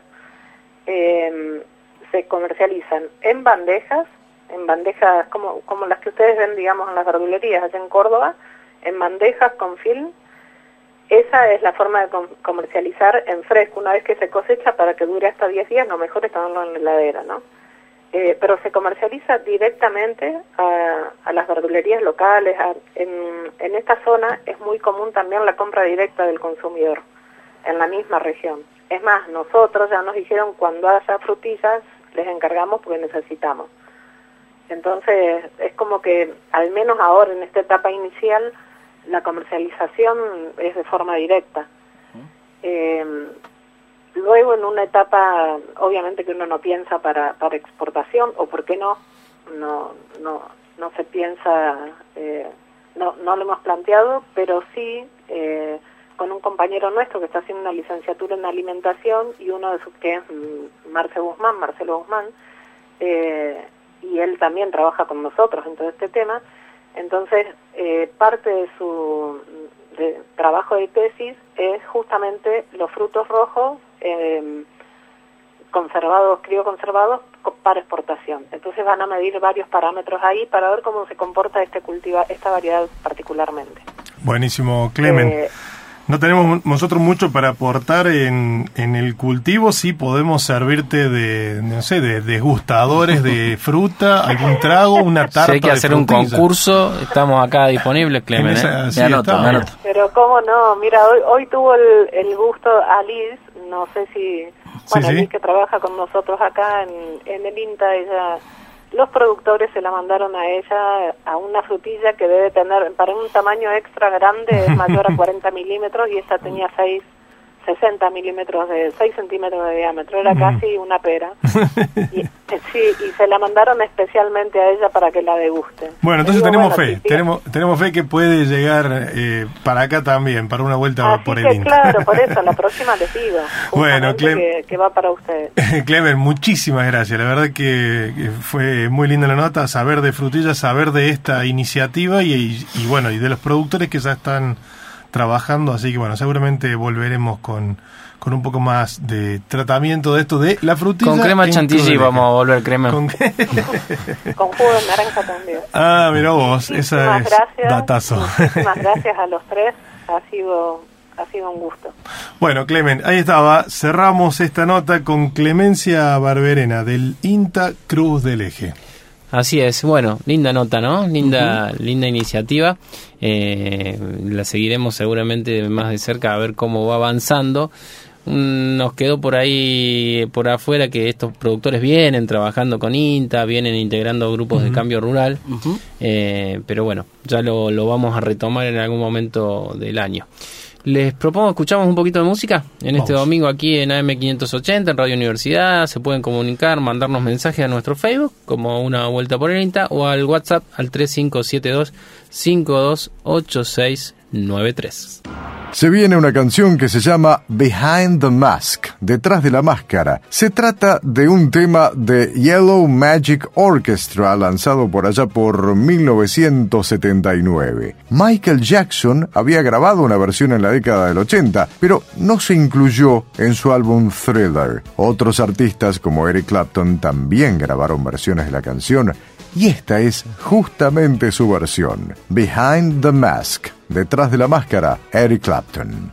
eh, se comercializan en bandejas, en bandejas como, como las que ustedes ven, digamos, en las verdulerías allá en Córdoba, en bandejas con film. esa es la forma de com- comercializar en fresco, una vez que se cosecha para que dure hasta diez días, lo mejor es tenerlo en la heladera, ¿no? Eh, pero se comercializa directamente a, a las verdulerías locales. A, en, en esta zona es muy común también la compra directa del consumidor, en la misma región. Es más, nosotros ya nos dijeron cuando haya frutillas, les encargamos porque necesitamos. Entonces, es como que, al menos ahora, en esta etapa inicial, la comercialización es de forma directa. Eh, luego, en una etapa, obviamente que uno no piensa para, para exportación, o por qué no, no, no, no se piensa, eh, no, no lo hemos planteado, pero sí eh, con un compañero nuestro que está haciendo una licenciatura en alimentación y uno de sus, que es Marcelo Guzmán, Marcelo Guzmán, eh, y él también trabaja con nosotros en todo este tema. Entonces, eh, parte de su de trabajo de tesis es justamente los frutos rojos eh, conservados, crioconservados para exportación. Entonces van a medir varios parámetros ahí para ver cómo se comporta este cultiva, esta variedad particularmente. Buenísimo, Clemen. Eh, No tenemos nosotros mucho para aportar en, en el cultivo, sí podemos servirte de, no sé, de degustadores de fruta, algún trago, una tarta. Si hay que hacer de un frutilla. concurso, estamos acá disponibles, Clemen. En esa- ¿eh? sí, Me anoto, está. me anoto. Pero cómo no, mira, hoy, hoy tuvo el, el gusto Alice, no sé si, bueno, sí. Alice que trabaja con nosotros acá en, en el INTA, ella, los productores se la mandaron a ella a una frutilla que debe tener, para un tamaño extra grande, es mayor a cuarenta milímetros y esta tenía seis, sesenta milímetros de, seis centímetros de diámetro, era Mm. casi una pera. Y, eh, sí, y se la mandaron especialmente a ella para que la deguste. Bueno, entonces Le digo, tenemos bueno, fe, si- tenemos tenemos fe que puede llegar eh, para acá también, para una vuelta Así por el que INTA. claro, por eso, la próxima les digo. Bueno, justamente Clem- que, que va para ustedes. Clemen, muchísimas gracias. La verdad que, que fue muy linda la nota, saber de frutillas, saber de esta iniciativa y, y, y bueno, y de los productores que ya están trabajando, así que bueno, seguramente volveremos con, con un poco más de tratamiento de esto de la frutilla. Con crema en chantilly Cruz del vamos a Eje. volver, crema. Con- Con jugo de naranja también. Ah, mira vos, esa Muchísimas es gracias. datazo. Muchísimas gracias a los tres. Ha sido, ha sido un gusto. Bueno, Clemen, ahí estaba. Cerramos esta nota con Clemencia Barberena del INTA Cruz del Eje. Así es, bueno, linda nota, ¿no? Linda, uh-huh. linda iniciativa. Eh, la seguiremos seguramente más de cerca a ver cómo va avanzando. Mm, nos quedó por ahí, por afuera, que estos productores vienen trabajando con INTA, vienen integrando grupos uh-huh. de cambio rural. Uh-huh. Eh, pero bueno, ya lo, lo vamos a retomar en algún momento del año. Les propongo, escuchamos un poquito de música en Vamos. Este domingo aquí en A M quinientos ochenta, en Radio Universidad. Se pueden comunicar, mandarnos mensajes a nuestro Facebook, como Una Vuelta por el INTA, o al WhatsApp al tres cinco siete dos, cinco dos ocho seis nueve tres. Se viene una canción que se llama Behind the Mask, Detrás de la Máscara. Se trata de un tema de Yellow Magic Orchestra lanzado por allá por mil novecientos setenta y nueve. Michael Jackson había grabado una versión en la década del ochenta, pero no se incluyó en su álbum Thriller. Otros artistas como Eric Clapton también grabaron versiones de la canción, y esta es justamente su versión. Behind the Mask, Detrás de la Máscara, Eric Clapton.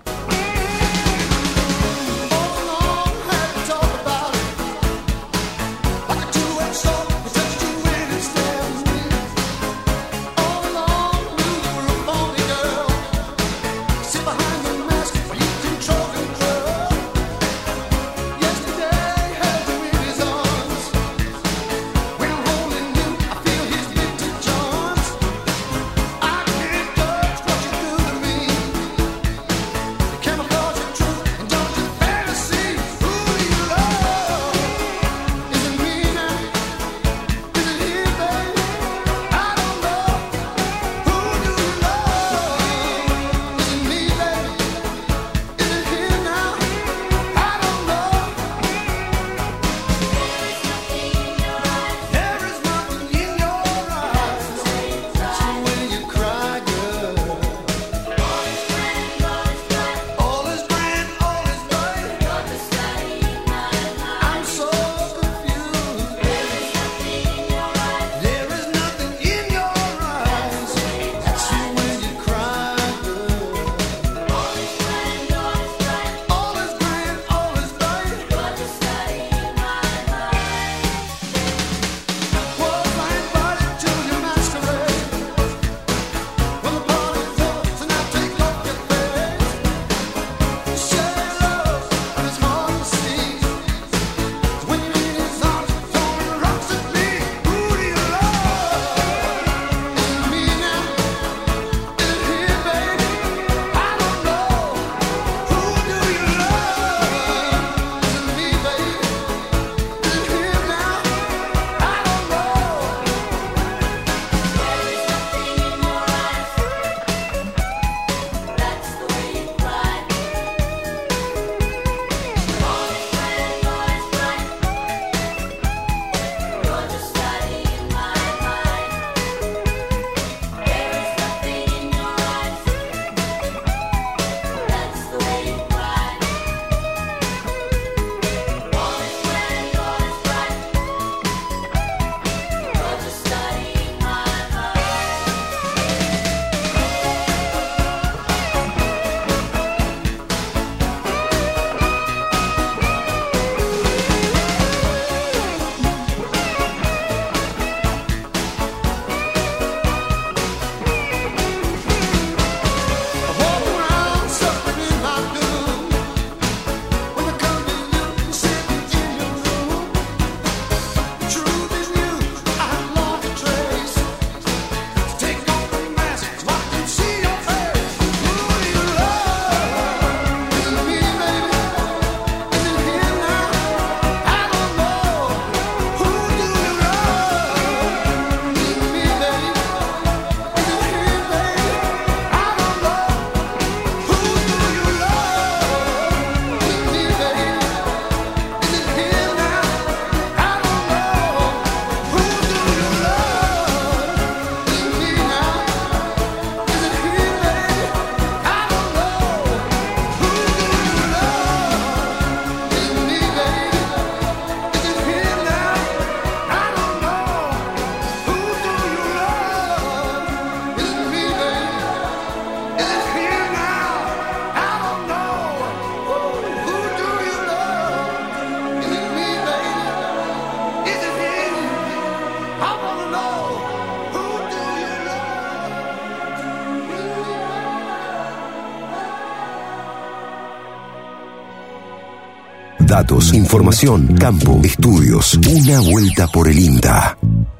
Datos, información, campo, estudios. Una vuelta por el INTA.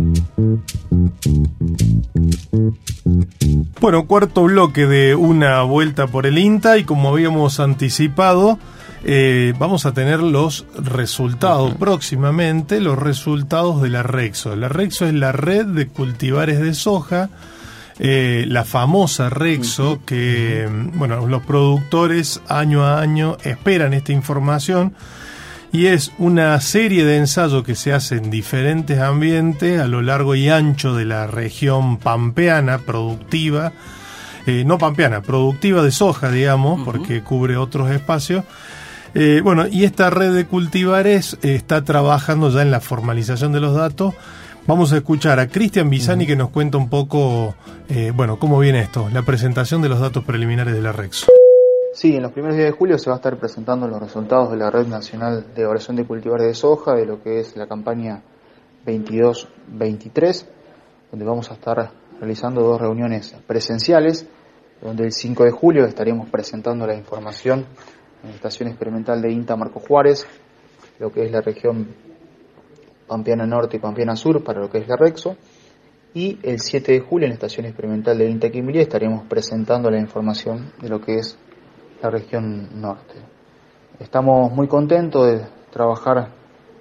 Bueno, cuarto bloque de Una vuelta por el INTA, y como habíamos anticipado, eh, vamos a tener los resultados uh-huh. próximamente, los resultados de la Rexo. La Rexo es la red de cultivares de soja, eh, la famosa Rexo, uh-huh. que uh-huh. bueno, los productores año a año esperan esta información. Y es una serie de ensayos que se hacen en diferentes ambientes a lo largo y ancho de la región pampeana productiva, eh, no pampeana, productiva de soja, digamos, uh-huh. porque cubre otros espacios. Eh, bueno, y esta red de cultivares eh, está trabajando ya en la formalización de los datos. Vamos a escuchar a Cristian Bisani uh-huh. que nos cuenta un poco, eh, bueno, cómo viene esto, la presentación de los datos preliminares de la Rexo. Sí, en los primeros días de julio se va a estar presentando los resultados de la Red Nacional de Evaluación de Cultivares de Soja, de lo que es la campaña veintidós veintitrés, donde vamos a estar realizando dos reuniones presenciales, donde el cinco de julio estaríamos presentando la información en la Estación Experimental de INTA Marco Juárez, lo que es la región Pampeana Norte y Pampeana Sur, para lo que es la Rexo, y el siete de julio en la Estación Experimental de INTA Quimbiría estaríamos presentando la información de lo que es la región norte. Estamos muy contentos de trabajar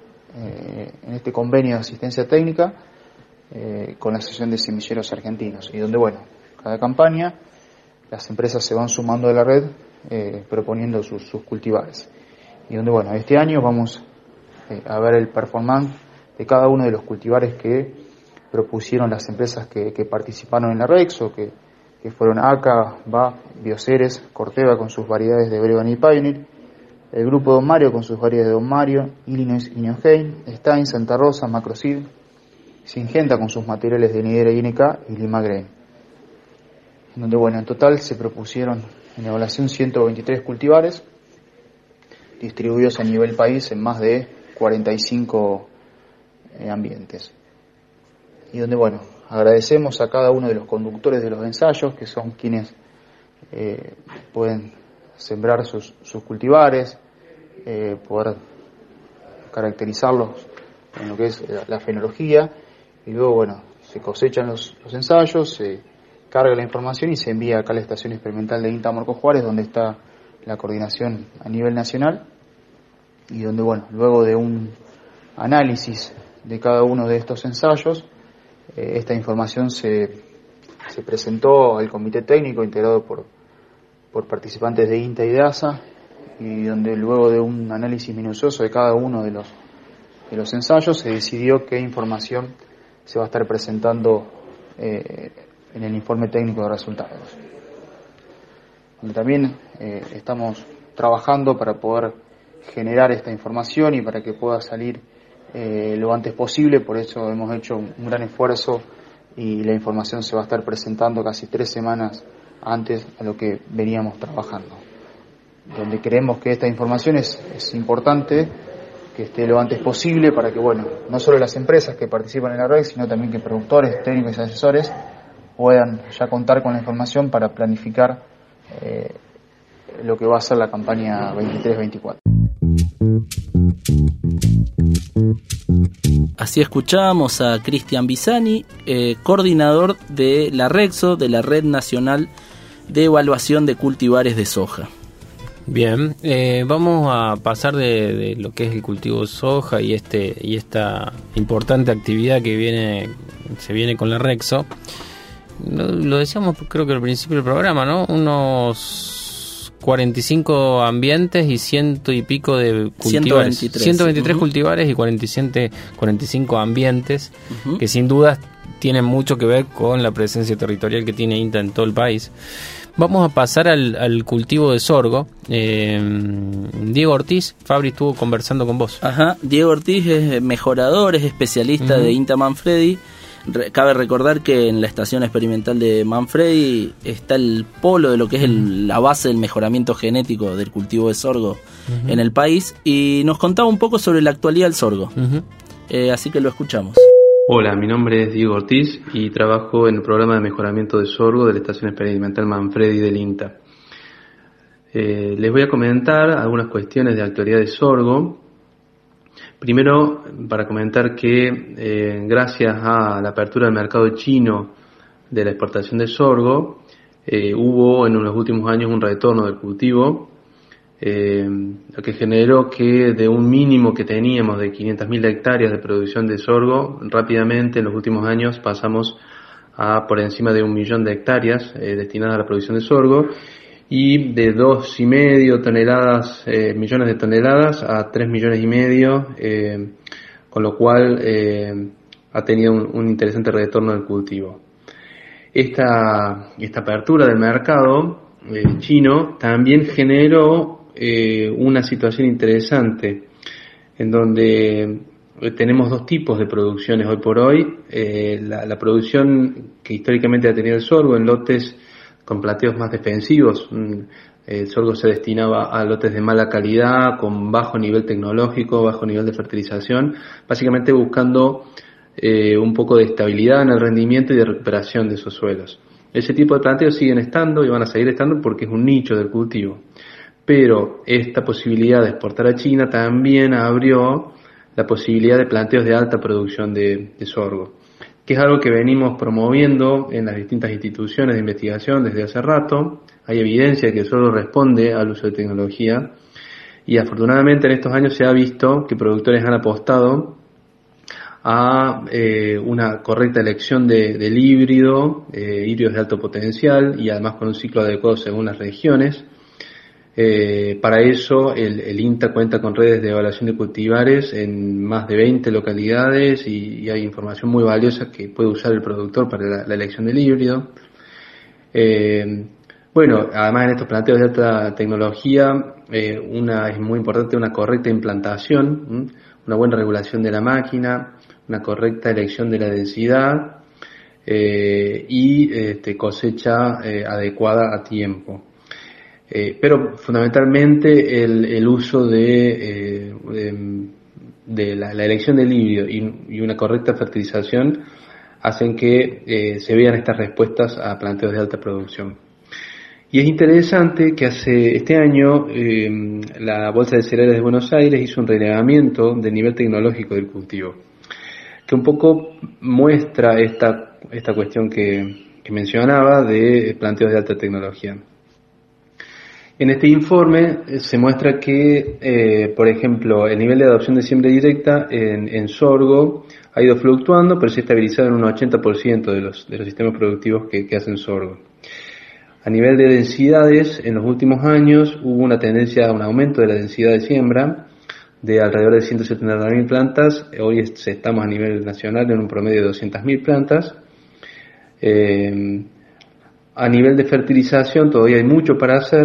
eh, en este convenio de asistencia técnica eh, con la Asociación de Semilleros Argentinos, y donde, bueno, cada campaña las empresas se van sumando a la red eh, proponiendo sus, sus cultivares, y donde, bueno, este año vamos eh, a ver el performance de cada uno de los cultivares que propusieron las empresas que, que participaron en la Rexo, que que fueron A C A, B A, Bioceres, Corteva con sus variedades de Brevan y Pioneer, el grupo Don Mario con sus variedades de Don Mario, Illinois y Neoheim, Stein, Santa Rosa, Macroseed, Syngenta con sus materiales de Nidera y N K y Lima Grain. Donde, bueno, en total se propusieron en evaluación ciento veintitrés cultivares, distribuidos a nivel país en más de cuarenta y cinco eh, ambientes. Y donde, bueno, agradecemos a cada uno de los conductores de los ensayos, que son quienes eh, pueden sembrar sus, sus cultivares, eh, poder caracterizarlos en lo que es la, la fenología, y luego, bueno, se cosechan los, los ensayos, se carga la información y se envía acá a la Estación Experimental de INTA Marco Juárez, donde está la coordinación a nivel nacional, y donde, bueno, luego de un análisis de cada uno de estos ensayos, esta información se, se presentó al comité técnico integrado por, por participantes de INTA y de ASA, y donde luego de un análisis minucioso de cada uno de los, de los ensayos se decidió qué información se va a estar presentando eh, en el informe técnico de resultados. Donde también eh, estamos trabajando para poder generar esta información y para que pueda salir Eh, lo antes posible. Por eso hemos hecho un, un gran esfuerzo, y la información se va a estar presentando casi tres semanas antes a lo que veníamos trabajando, donde creemos que esta información es, es importante que esté lo antes posible para que, bueno, no solo las empresas que participan en la red, sino también que productores, técnicos y asesores puedan ya contar con la información para planificar eh, lo que va a ser la campaña veintitrés veinticuatro. Así escuchábamos a Cristian Bisani, eh, coordinador de la Rexo, de la Red Nacional de Evaluación de Cultivares de Soja. Bien, eh, vamos a pasar de, de lo que es el cultivo de soja y este y esta importante actividad que viene se viene con la Rexo. Lo, lo decíamos, creo que al principio del programa, ¿no? Unos cuarenta y cinco ambientes y ciento y pico de cultivares. ciento veintitrés, ciento veintitrés uh-huh. cultivares y cuarenta y siete, cuarenta y cinco ambientes, uh-huh. que sin duda tienen mucho que ver con la presencia territorial que tiene INTA en todo el país. Vamos a pasar al, al cultivo de sorgo. Eh, Diego Ortiz, Fabri estuvo conversando con vos. Ajá, Diego Ortiz es mejorador, es especialista uh-huh. de INTA Manfredi. Re- cabe recordar que en la estación experimental de Manfredi está el polo de lo que es el, la base del mejoramiento genético del cultivo de sorgo uh-huh. en el país, y nos contaba un poco sobre la actualidad del sorgo. Uh-huh. Eh, así que lo escuchamos. Hola, mi nombre es Diego Ortiz y trabajo en el programa de mejoramiento de sorgo de la estación experimental Manfredi del INTA. Eh, les voy a comentar algunas cuestiones de actualidad de sorgo Primero, para comentar que eh, gracias a la apertura del mercado chino de la exportación de sorgo, eh, hubo en los últimos años un retorno del cultivo, eh, lo que generó que de un mínimo que teníamos de quinientas mil hectáreas de producción de sorgo, rápidamente en los últimos años pasamos a por encima de un millón de hectáreas eh, destinadas a la producción de sorgo, y de dos y medio toneladas, eh, millones de toneladas a tres millones y medio, eh, con lo cual eh, ha tenido un, un interesante retorno del cultivo. Esta, esta apertura del mercado eh, chino también generó eh, una situación interesante en donde tenemos dos tipos de producciones hoy por hoy. Eh, la, la producción que históricamente ha tenido el sorgo en lotes con planteos más defensivos. El sorgo se destinaba a lotes de mala calidad, con bajo nivel tecnológico, bajo nivel de fertilización, básicamente buscando eh, un poco de estabilidad en el rendimiento y de recuperación de esos suelos. Ese tipo de planteos siguen estando y van a seguir estando porque es un nicho del cultivo. Pero esta posibilidad de exportar a China también abrió la posibilidad de planteos de alta producción de, de sorgo, que es algo que venimos promoviendo en las distintas instituciones de investigación desde hace rato. Hay evidencia de que el sorgo responde al uso de tecnología y afortunadamente en estos años se ha visto que productores han apostado a eh, una correcta elección de, del híbrido, eh, híbridos de alto potencial y además con un ciclo adecuado según las regiones. Eh, para eso el, el INTA cuenta con redes de evaluación de cultivares en más de veinte localidades y, y hay información muy valiosa que puede usar el productor para la, la elección del híbrido. Eh, bueno, además en estos planteos de alta tecnología, eh, una es muy importante una correcta implantación, ¿m? una buena regulación de la máquina, una correcta elección de la densidad eh, y este, cosecha eh, adecuada a tiempo. Eh, pero fundamentalmente el, el uso de, eh, de, de la, la elección del híbrido y, y una correcta fertilización hacen que eh, se vean estas respuestas a planteos de alta producción. Y es interesante que hace este año eh, la Bolsa de Cereales de Buenos Aires hizo un relevamiento del nivel tecnológico del cultivo, que un poco muestra esta, esta cuestión que, que mencionaba de planteos de alta tecnología. En este informe se muestra que, eh, por ejemplo, el nivel de adopción de siembra directa en, en sorgo ha ido fluctuando, pero se ha estabilizado en un ochenta por ciento de los, de los sistemas productivos que, que hacen sorgo. A nivel de densidades, en los últimos años hubo una tendencia a un aumento de la densidad de siembra de alrededor de ciento setenta mil plantas. Hoy estamos a nivel nacional en un promedio de doscientas mil plantas. Eh, a nivel de fertilización todavía hay mucho para hacer.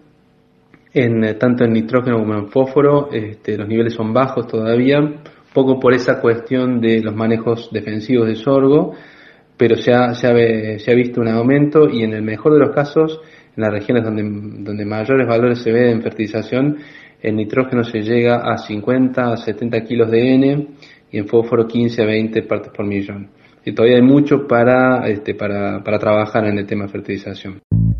En, tanto en nitrógeno como en fósforo, este, los niveles son bajos todavía, poco por esa cuestión de los manejos defensivos de sorgo, pero se ha, se ha, se ha visto un aumento y en el mejor de los casos, en las regiones donde, donde mayores valores se ven en fertilización, en nitrógeno se llega a cincuenta a setenta kilos de N y en fósforo quince a veinte partes por millón. Y todavía hay mucho para, este, para, para trabajar en el tema de fertilización.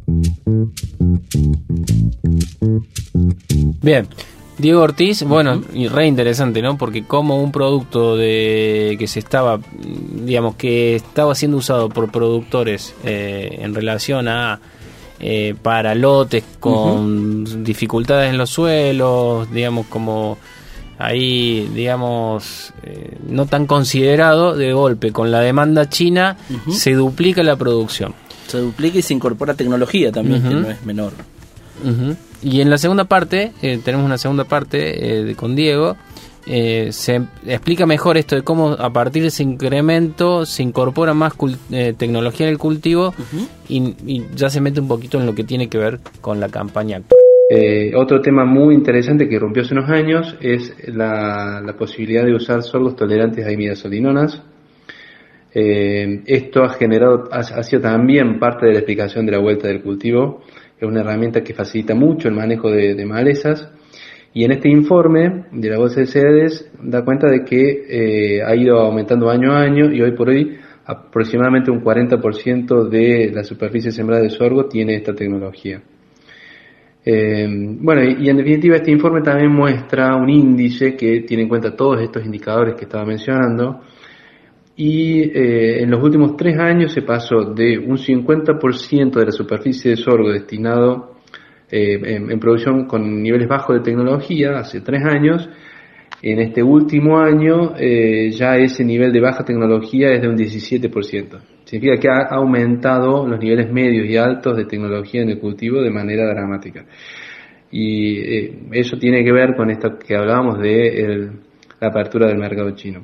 Bien, Diego Ortiz, bueno, y re interesante, ¿no? Porque como un producto de que se estaba, digamos, que estaba siendo usado por productores eh, en relación a eh, para lotes con uh-huh. dificultades en los suelos, digamos, como ahí, digamos, eh, no tan considerado, de golpe con la demanda china uh-huh. se duplica la producción. Se duplica y se incorpora tecnología también, uh-huh. que no es menor. Uh-huh. Y en la segunda parte, eh, tenemos una segunda parte eh, de, con Diego, eh, se explica mejor esto de cómo a partir de ese incremento se incorpora más cult- eh, tecnología en el cultivo uh-huh. y, y ya se mete un poquito en lo que tiene que ver con la campaña actual. Eh, otro tema muy interesante que rompió hace unos años es la, la posibilidad de usar sorgos tolerantes a imidazolinonas. Eh, esto ha generado, ha, ha sido también parte de la explicación de la vuelta del cultivo. Es una herramienta que facilita mucho el manejo de, de malezas y en este informe de la Bolsa de Cereales da cuenta de que eh, ha ido aumentando año a año y hoy por hoy aproximadamente un cuarenta por ciento de la superficie sembrada de sorgo tiene esta tecnología. Eh, bueno, y, y en definitiva este informe también muestra un índice que tiene en cuenta todos estos indicadores que estaba mencionando, y eh, en los últimos tres años se pasó de un cincuenta por ciento de la superficie de sorgo destinado eh, en, en producción con niveles bajos de tecnología hace tres años. En este último año eh, ya ese nivel de baja tecnología es de un diecisiete por ciento. Significa que ha aumentado los niveles medios y altos de tecnología en el cultivo de manera dramática. Y eh, eso tiene que ver con esto que hablábamos de el, la apertura del mercado chino.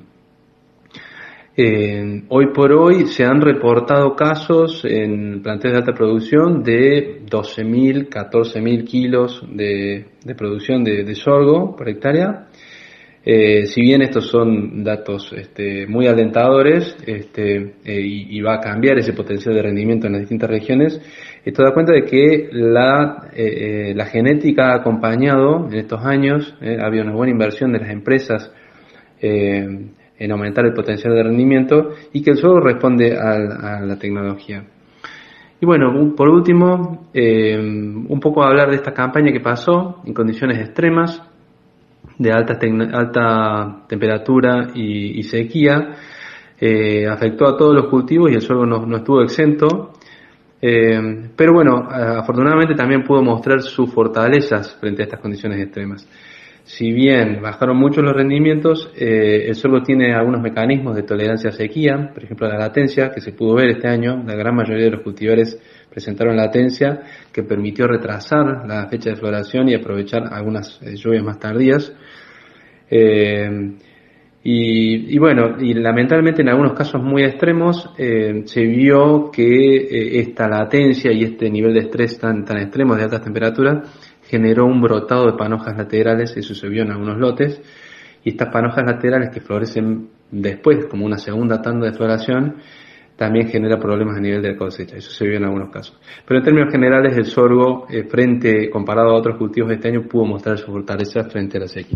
Eh, hoy por hoy se han reportado casos en planteles de alta producción de doce mil, catorce mil kilos de, de producción de, de sorgo por hectárea. Eh, si bien estos son datos este, muy alentadores este, eh, y, y va a cambiar ese potencial de rendimiento en las distintas regiones, esto da cuenta de que la, eh, la genética ha acompañado en estos años, eh, ha habido una buena inversión de las empresas eh, en aumentar el potencial de rendimiento y que el suelo responde a, a la tecnología. Y bueno, por último, eh, un poco hablar de esta campaña que pasó en condiciones extremas, de alta, alta temperatura y, y sequía, eh, afectó a todos los cultivos y el sorgo no, no estuvo exento, eh, pero bueno, afortunadamente también pudo mostrar sus fortalezas frente a estas condiciones extremas. Si bien bajaron mucho los rendimientos, eh, el sorgo tiene algunos mecanismos de tolerancia a sequía, por ejemplo la latencia, que se pudo ver este año. La gran mayoría de los cultivares presentaron latencia, que permitió retrasar la fecha de floración y aprovechar algunas eh, lluvias más tardías. Eh, y, y bueno, y lamentablemente en algunos casos muy extremos eh, se vio que eh, esta latencia y este nivel de estrés tan, tan extremo de altas temperaturas generó un brotado de panojas laterales, eso se vio en algunos lotes, y estas panojas laterales que florecen después como una segunda tanda de floración también genera problemas a nivel de la cosecha, eso se vio en algunos casos. Pero en términos generales el sorgo, eh, frente comparado a otros cultivos de este año, pudo mostrar su fortaleza frente a la sequía.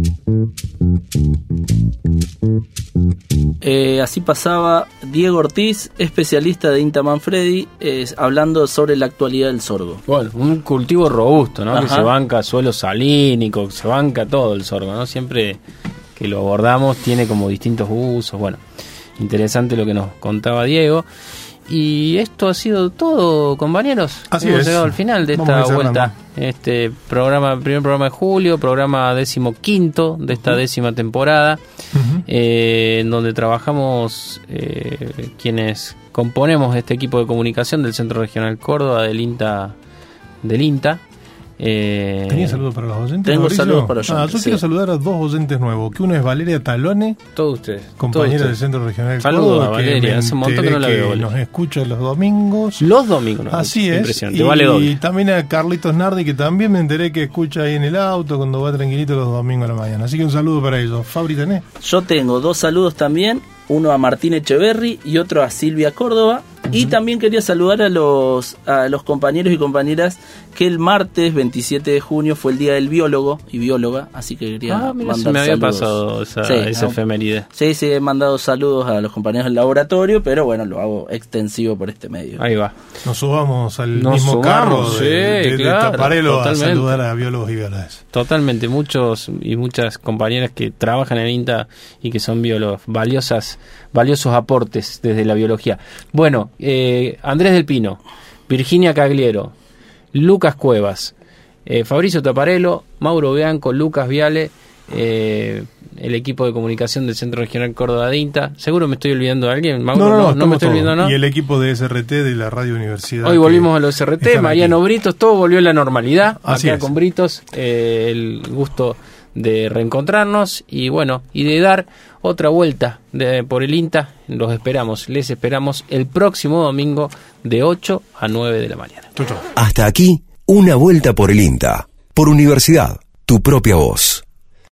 Eh, así pasaba Diego Ortiz, especialista de INTA Manfredi, eh, hablando sobre la actualidad del sorgo. Bueno, un cultivo robusto, ¿no? Ajá. Que se banca suelo salínico, se banca todo el sorgo, ¿no? Siempre que lo abordamos tiene como distintos usos. Bueno, interesante lo que nos contaba Diego. Y esto ha sido todo, compañeros. Así Hemos es. llegado al final de Vamos esta a ir vuelta. Este programa, primer programa de julio, programa décimo quinto de esta décima temporada, uh-huh. eh, en donde trabajamos eh, quienes componemos este equipo de comunicación del Centro Regional Córdoba, del INTA, del INTA. Eh, ¿Tenía saludos para los oyentes? Tengo Mauricio? saludos para los oyentes. Ah, yo sí. quiero saludar a dos oyentes nuevos, que uno es Valeria Talone, todos ustedes, compañera todos del Centro Regional Saludos Córdoba, a Valeria, hace un montón que no la veo. Nos escucha los domingos. Los domingos, ¿no? Así es. Impresionante, y, vale doble. Y también a Carlitos Nardi, que también me enteré que escucha ahí en el auto cuando va tranquilito los domingos a la mañana. Así que un saludo para ellos. Fabri, ¿tenés? Yo tengo dos saludos también, uno a Martín Echeverry y otro a Silvia Córdoba. Uh-huh. Y también quería saludar a los a los compañeros y compañeras que el martes veintisiete de junio fue el día del biólogo y bióloga, así que quería ah, mira, mandar se me había saludos. pasado esa, sí, esa ¿no? efeméride. Sí, sí, he mandado saludos a los compañeros del laboratorio, pero bueno, lo hago extensivo por este medio. Ahí va. Nos subamos al Nos mismo subamos, carro de, sí, de, de claro, Taparelo totalmente. a saludar a biólogos y biólogas. Totalmente, muchos y muchas compañeras que trabajan en INTA y que son biólogos, valiosas, valiosos aportes desde la biología. Bueno, eh, Andrés del Pino, Virginia Cagliero, Lucas Cuevas, eh, Fabricio Taparelo, Mauro Bianco, Lucas Viale, eh, el equipo de comunicación del Centro Regional Córdoba de INTA. Seguro me estoy olvidando de alguien, Mauro. No, no, no, no, no me estoy todo. olvidando, ¿no? Y el equipo de S R T de la Radio Universidad. Hoy volvimos a los S R T, Mariano aquí. Britos, todo volvió a la normalidad. Así acá es. Con Britos, eh, el gusto de reencontrarnos y bueno, y de dar otra vuelta de, por el INTA. Los esperamos, les esperamos el próximo domingo de ocho a nueve de la mañana. Hasta aquí, una vuelta por el INTA, por Universidad, tu propia voz.